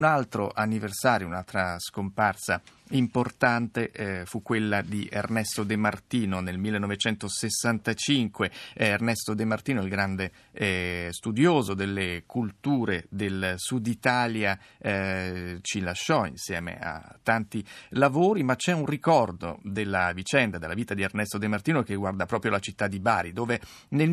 Un altro anniversario, un'altra scomparsa importante fu quella di Ernesto De Martino nel 1965. Ernesto De Martino, il grande studioso delle culture del Sud Italia, ci lasciò insieme a tanti lavori, ma c'è un ricordo della vicenda, della vita di Ernesto De Martino che riguarda proprio la città di Bari, dove nel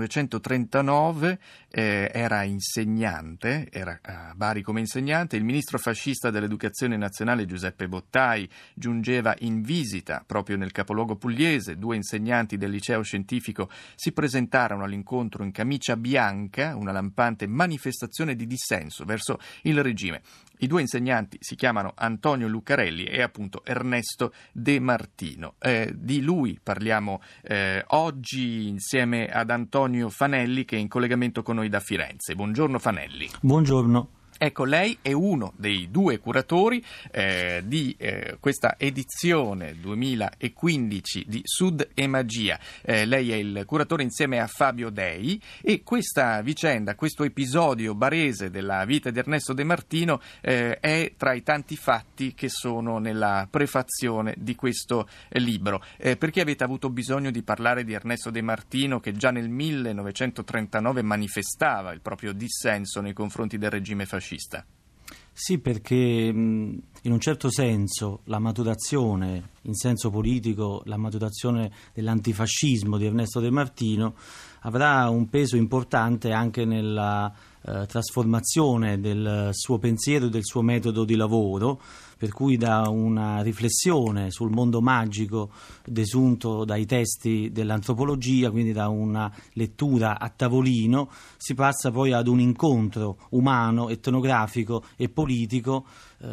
1939 era insegnante, era a Bari come insegnante. Il ministro fascista dell'Educazione Nazionale Giuseppe Bottai giungeva in visita proprio nel capoluogo pugliese. Due insegnanti del liceo scientifico si presentarono all'incontro in camicia bianca, una lampante manifestazione di dissenso verso il regime. I due insegnanti si chiamano Antonio Lucarelli e appunto Ernesto De Martino. Di lui parliamo oggi insieme ad Antonio Fanelli, che è in collegamento con noi da Firenze. Buongiorno Fanelli. Buongiorno. Ecco, lei è uno dei due curatori di questa edizione 2015 di Sud e Magia. Lei è il curatore insieme a Fabio Dei, e questa vicenda, questo episodio barese della vita di Ernesto De Martino è tra i tanti fatti che sono nella prefazione di questo libro. Perché avete avuto bisogno di parlare di Ernesto De Martino, che già nel 1939 manifestava il proprio dissenso nei confronti del regime fascista? Sì, perché in un certo senso la maturazione, in senso politico, la maturazione dell'antifascismo di Ernesto De Martino avrà un peso importante anche nella trasformazione del suo pensiero e del suo metodo di lavoro, per cui da una riflessione sul mondo magico desunto dai testi dell'antropologia, quindi da una lettura a tavolino, si passa poi ad un incontro umano, etnografico e politico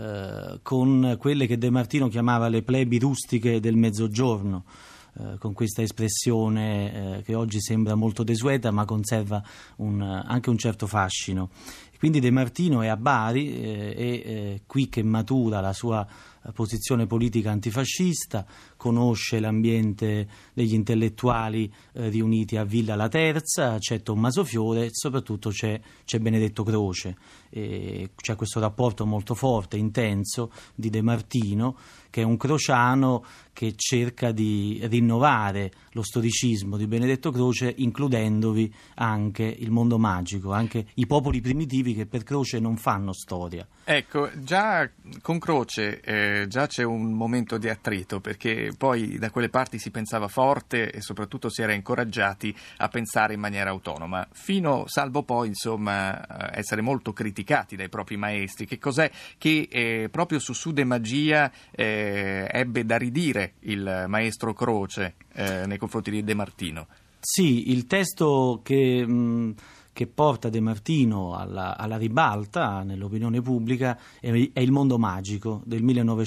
con quelle che De Martino chiamava le plebi rustiche del Mezzogiorno, con questa espressione che oggi sembra molto desueta ma conserva anche un certo fascino. Quindi De Martino è a Bari, è qui che matura la sua posizione politica antifascista, conosce l'ambiente degli intellettuali riuniti a Villa La Terza, c'è Tommaso Fiore e soprattutto c'è Benedetto Croce. C'è questo rapporto molto forte, intenso di De Martino, che è un crociano che cerca di rinnovare lo storicismo di Benedetto Croce, includendovi anche il mondo magico, anche i popoli primitivi che per Croce non fanno storia. Ecco, già con Croce già c'è un momento di attrito, perché poi da quelle parti si pensava forte e soprattutto si era incoraggiati a pensare in maniera autonoma, salvo poi insomma essere molto criticati dai propri maestri. Che cos'è che proprio su Sud e Magia ebbe da ridire il maestro Croce nei confronti di De Martino? Sì, il testo che porta De Martino alla ribalta nell'opinione pubblica è Il mondo magico del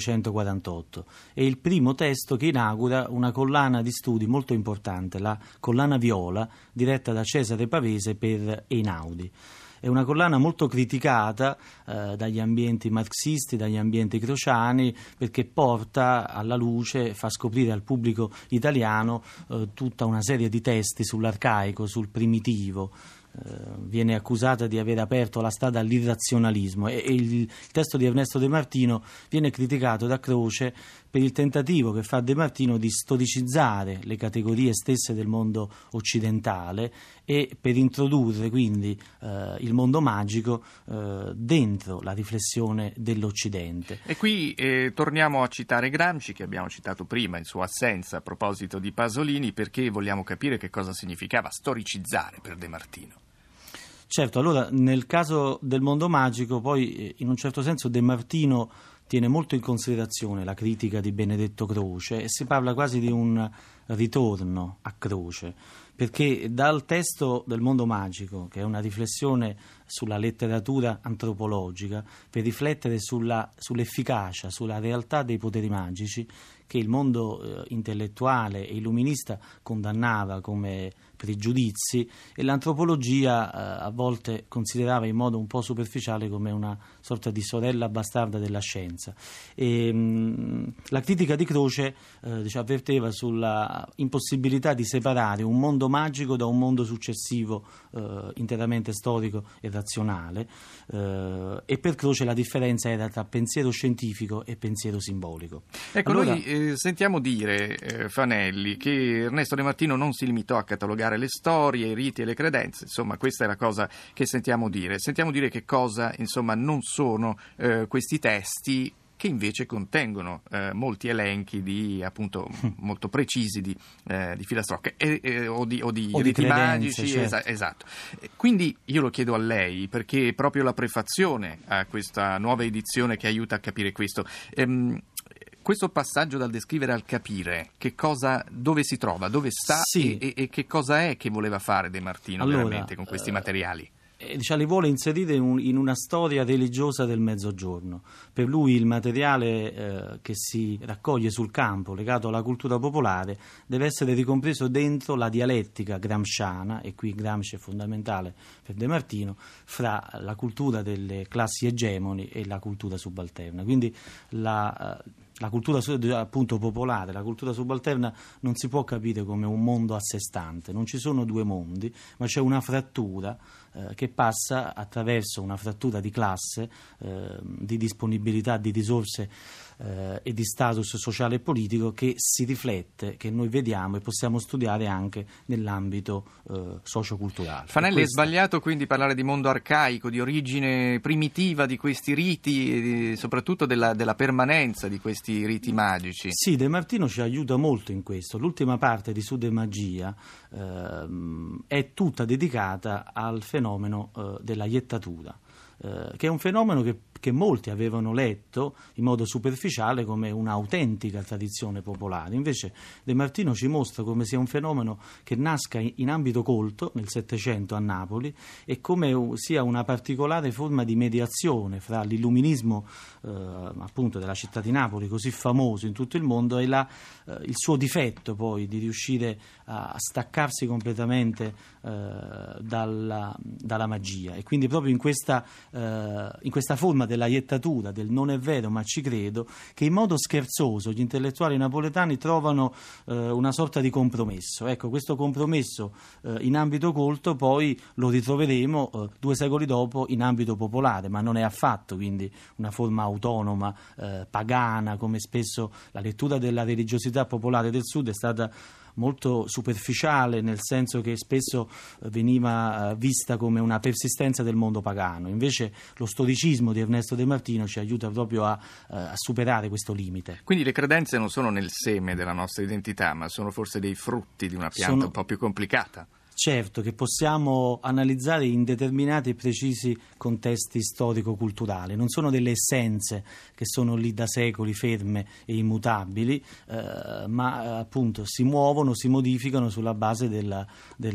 1948. È il primo testo che inaugura una collana di studi molto importante, la collana Viola, diretta da Cesare Pavese per Einaudi. È una collana molto criticata dagli ambienti marxisti, dagli ambienti crociani, perché porta alla luce, fa scoprire al pubblico italiano tutta una serie di testi sull'arcaico, sul primitivo. Viene accusata di aver aperto la strada all'irrazionalismo, e il testo di Ernesto De Martino viene criticato da Croce per il tentativo che fa De Martino di storicizzare le categorie stesse del mondo occidentale e per introdurre quindi il mondo magico dentro la riflessione dell'Occidente. E qui torniamo a citare Gramsci, che abbiamo citato prima in sua assenza a proposito di Pasolini, perché vogliamo capire che cosa significava storicizzare per De Martino. Certo, allora nel caso del mondo magico poi in un certo senso De Martino tiene molto in considerazione la critica di Benedetto Croce e si parla quasi di un ritorno a Croce, perché dal testo del mondo magico, che è una riflessione sulla letteratura antropologica per riflettere sull'efficacia, sulla realtà dei poteri magici che il mondo intellettuale e illuminista condannava come pregiudizi, e l'antropologia a volte considerava in modo un po' superficiale come una sorta di sorella bastarda della scienza. La critica di Croce avverteva sulla impossibilità di separare un mondo magico da un mondo successivo interamente storico e razionale, e per Croce la differenza era tra pensiero scientifico e pensiero simbolico. Ecco, allora, noi sentiamo dire, Fanelli, che Ernesto De Martino non si limitò a catalogare le storie, i riti e le credenze. Insomma, questa è la cosa che sentiamo dire. Sentiamo dire che cosa, insomma, non sono questi testi, che invece contengono molti elenchi di, appunto, molto precisi di filastrocche o di riti magici. Certo. Esatto. Quindi io lo chiedo a lei, perché è proprio la prefazione a questa nuova edizione che aiuta a capire questo. Questo passaggio dal descrivere al capire, dove si trova, dove sta, sì. e che cosa è che voleva fare De Martino veramente con questi materiali? Li vuole inserire in una storia religiosa del Mezzogiorno. Per lui il materiale che si raccoglie sul campo, legato alla cultura popolare, deve essere ricompreso dentro la dialettica gramsciana, e qui Gramsci è fondamentale per De Martino, fra la cultura delle classi egemoni e la cultura subalterna. Quindi la cultura appunto popolare, la cultura subalterna non si può capire come un mondo a sé stante, non ci sono due mondi, ma c'è una frattura che passa attraverso una frattura di classe, di disponibilità di risorse e di status sociale e politico, che si riflette, che noi vediamo e possiamo studiare anche nell'ambito socioculturale. Fanelli, è sbagliato quindi parlare di mondo arcaico, di origine primitiva di questi riti, e soprattutto della permanenza di questi riti magici? Sì, De Martino ci aiuta molto in questo. L'ultima parte di Su de Magia è tutta dedicata al fenomeno della iettatura, che è un fenomeno che molti avevano letto in modo superficiale come un'autentica tradizione popolare. Invece De Martino ci mostra come sia un fenomeno che nasca in ambito colto nel Settecento a Napoli, e come sia una particolare forma di mediazione fra l'illuminismo appunto della città di Napoli, così famoso in tutto il mondo, e il suo difetto poi di riuscire a staccarsi completamente dalla magia. E quindi proprio in questa forma della iettatura, del non è vero ma ci credo, che in modo scherzoso gli intellettuali napoletani trovano una sorta di compromesso. Ecco, questo compromesso in ambito colto poi lo ritroveremo 2 secoli dopo in ambito popolare, ma non è affatto quindi una forma autonoma, pagana, come spesso la lettura della religiosità popolare del Sud è stata molto superficiale, nel senso che spesso veniva vista come una persistenza del mondo pagano. Invece lo storicismo di Ernesto De Martino ci aiuta proprio a superare questo limite. Quindi le credenze non sono nel seme della nostra identità, ma sono forse dei frutti di una pianta un po' più complicata. Certo, che possiamo analizzare in determinati e precisi contesti storico-culturali. Non sono delle essenze che sono lì da secoli ferme e immutabili, ma appunto si muovono, si modificano sulla base della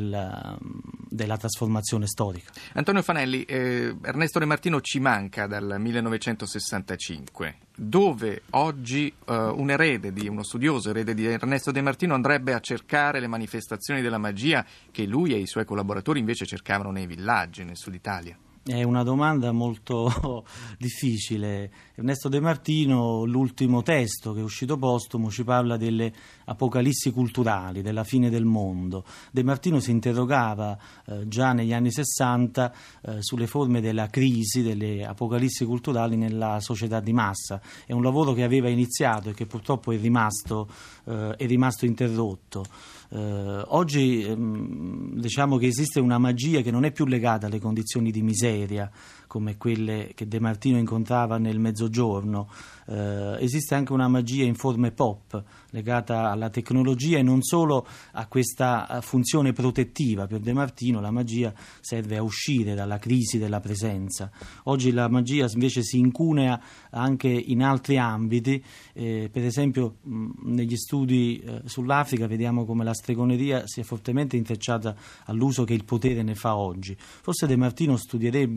trasformazione storica. Antonio Fanelli, Ernesto De Martino ci manca dal 1965. Dove oggi uno studioso erede di Ernesto De Martino andrebbe a cercare le manifestazioni della magia che lui e i suoi collaboratori invece cercavano nei villaggi, nel Sud Italia? È una domanda molto difficile. Ernesto De Martino, l'ultimo testo che è uscito postumo, ci parla delle apocalissi culturali, della fine del mondo. De Martino si interrogava già negli anni 60 sulle forme della crisi, delle apocalissi culturali nella società di massa. È un lavoro che aveva iniziato e che purtroppo è rimasto interrotto. Oggi diciamo che esiste una magia che non è più legata alle condizioni di miseria come quelle che De Martino incontrava nel Mezzogiorno. Esiste anche una magia in forme pop legata alla tecnologia e non solo a questa funzione protettiva. Per De Martino la magia serve a uscire dalla crisi della presenza. Oggi la magia invece si incunea anche in altri ambiti, per esempio negli studi sull'Africa vediamo come la stregoneria sia fortemente intrecciata all'uso che il potere ne fa oggi. Forse De Martino studierebbe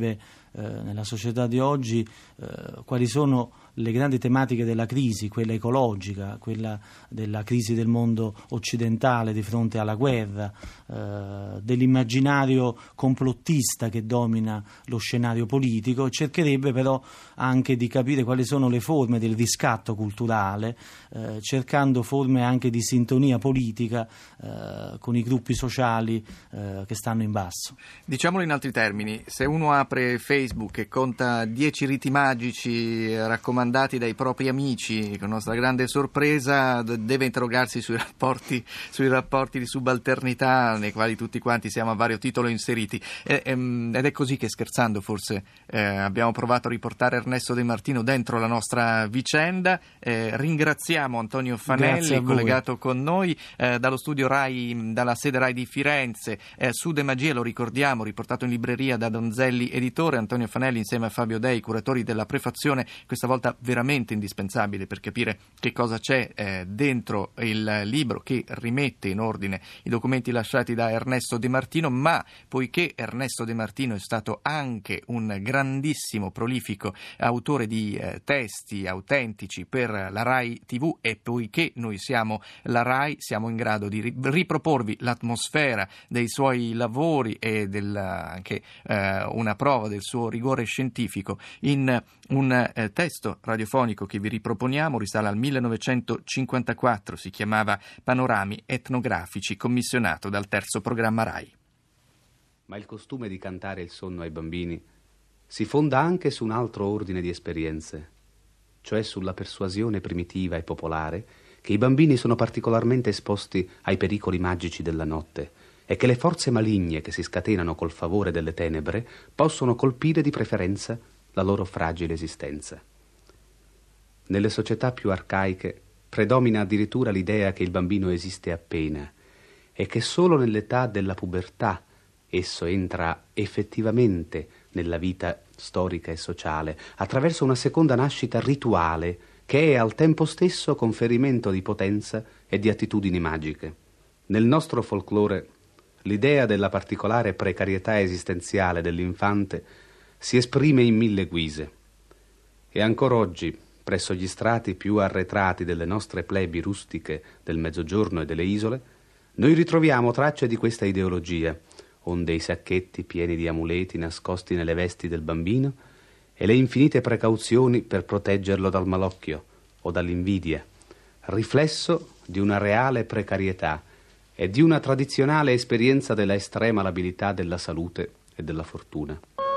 nella società di oggi quali sono le grandi tematiche della crisi, quella ecologica, quella della crisi del mondo occidentale di fronte alla guerra, dell'immaginario complottista che domina lo scenario politico, cercherebbe però anche di capire quali sono le forme del riscatto culturale, cercando forme anche di sintonia politica con i gruppi sociali che stanno in basso. Diciamolo in altri termini, se uno apre Facebook e conta 10 riti magici raccomandati dai propri amici, con nostra grande sorpresa deve interrogarsi sui rapporti di subalternità nei quali tutti quanti siamo a vario titolo inseriti, ed è così che, scherzando forse, abbiamo provato a riportare Ernesto De Martino dentro la nostra vicenda. Ringraziamo Antonio Fanelli, collegato con noi dallo studio Rai, dalla sede Rai di Firenze, su De Magia, lo ricordiamo, riportato in libreria da Donzelli Editore. Antonio Fanelli insieme a Fabio Dei, curatori della prefazione, questa volta veramente indispensabile per capire che cosa c'è dentro il libro, che rimette in ordine i documenti lasciati da Ernesto De Martino. Ma poiché Ernesto De Martino è stato anche un grandissimo, prolifico autore di testi autentici per la Rai TV, e poiché noi siamo la Rai, siamo in grado di riproporvi l'atmosfera dei suoi lavori e anche una prova del suo rigore scientifico in un testo radiofonico che vi riproponiamo. Risale al 1954, si chiamava Panorami etnografici, commissionato dal terzo programma Rai. Ma il costume di cantare il sonno ai bambini si fonda anche su un altro ordine di esperienze, cioè sulla persuasione primitiva e popolare che i bambini sono particolarmente esposti ai pericoli magici della notte e che le forze maligne che si scatenano col favore delle tenebre possono colpire di preferenza la loro fragile esistenza. Nelle società più arcaiche predomina addirittura l'idea che il bambino esiste appena e che solo nell'età della pubertà esso entra effettivamente nella vita storica e sociale attraverso una seconda nascita rituale che è al tempo stesso conferimento di potenza e di attitudini magiche. Nel nostro folklore l'idea della particolare precarietà esistenziale dell'infante si esprime in mille guise e ancora oggi, presso gli strati più arretrati delle nostre plebi rustiche del Mezzogiorno e delle isole, noi ritroviamo tracce di questa ideologia, onde i sacchetti pieni di amuleti nascosti nelle vesti del bambino e le infinite precauzioni per proteggerlo dal malocchio o dall'invidia, riflesso di una reale precarietà e di una tradizionale esperienza della estrema labilità della salute e della fortuna.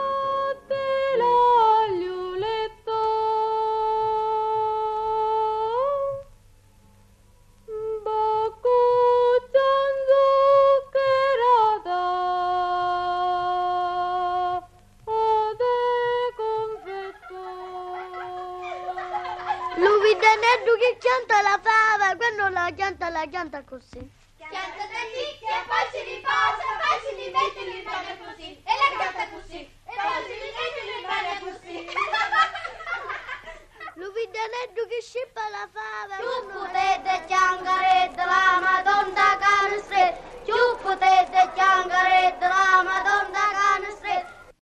Che pianta la fava, quando la pianta così. Pianta tantissima, poi si riposa, poi si rimette e rimane così. E la pianta così, e poi si rimette e rimane così. Lo vedanetto che scippa la fava. Tu potete ciangaredda la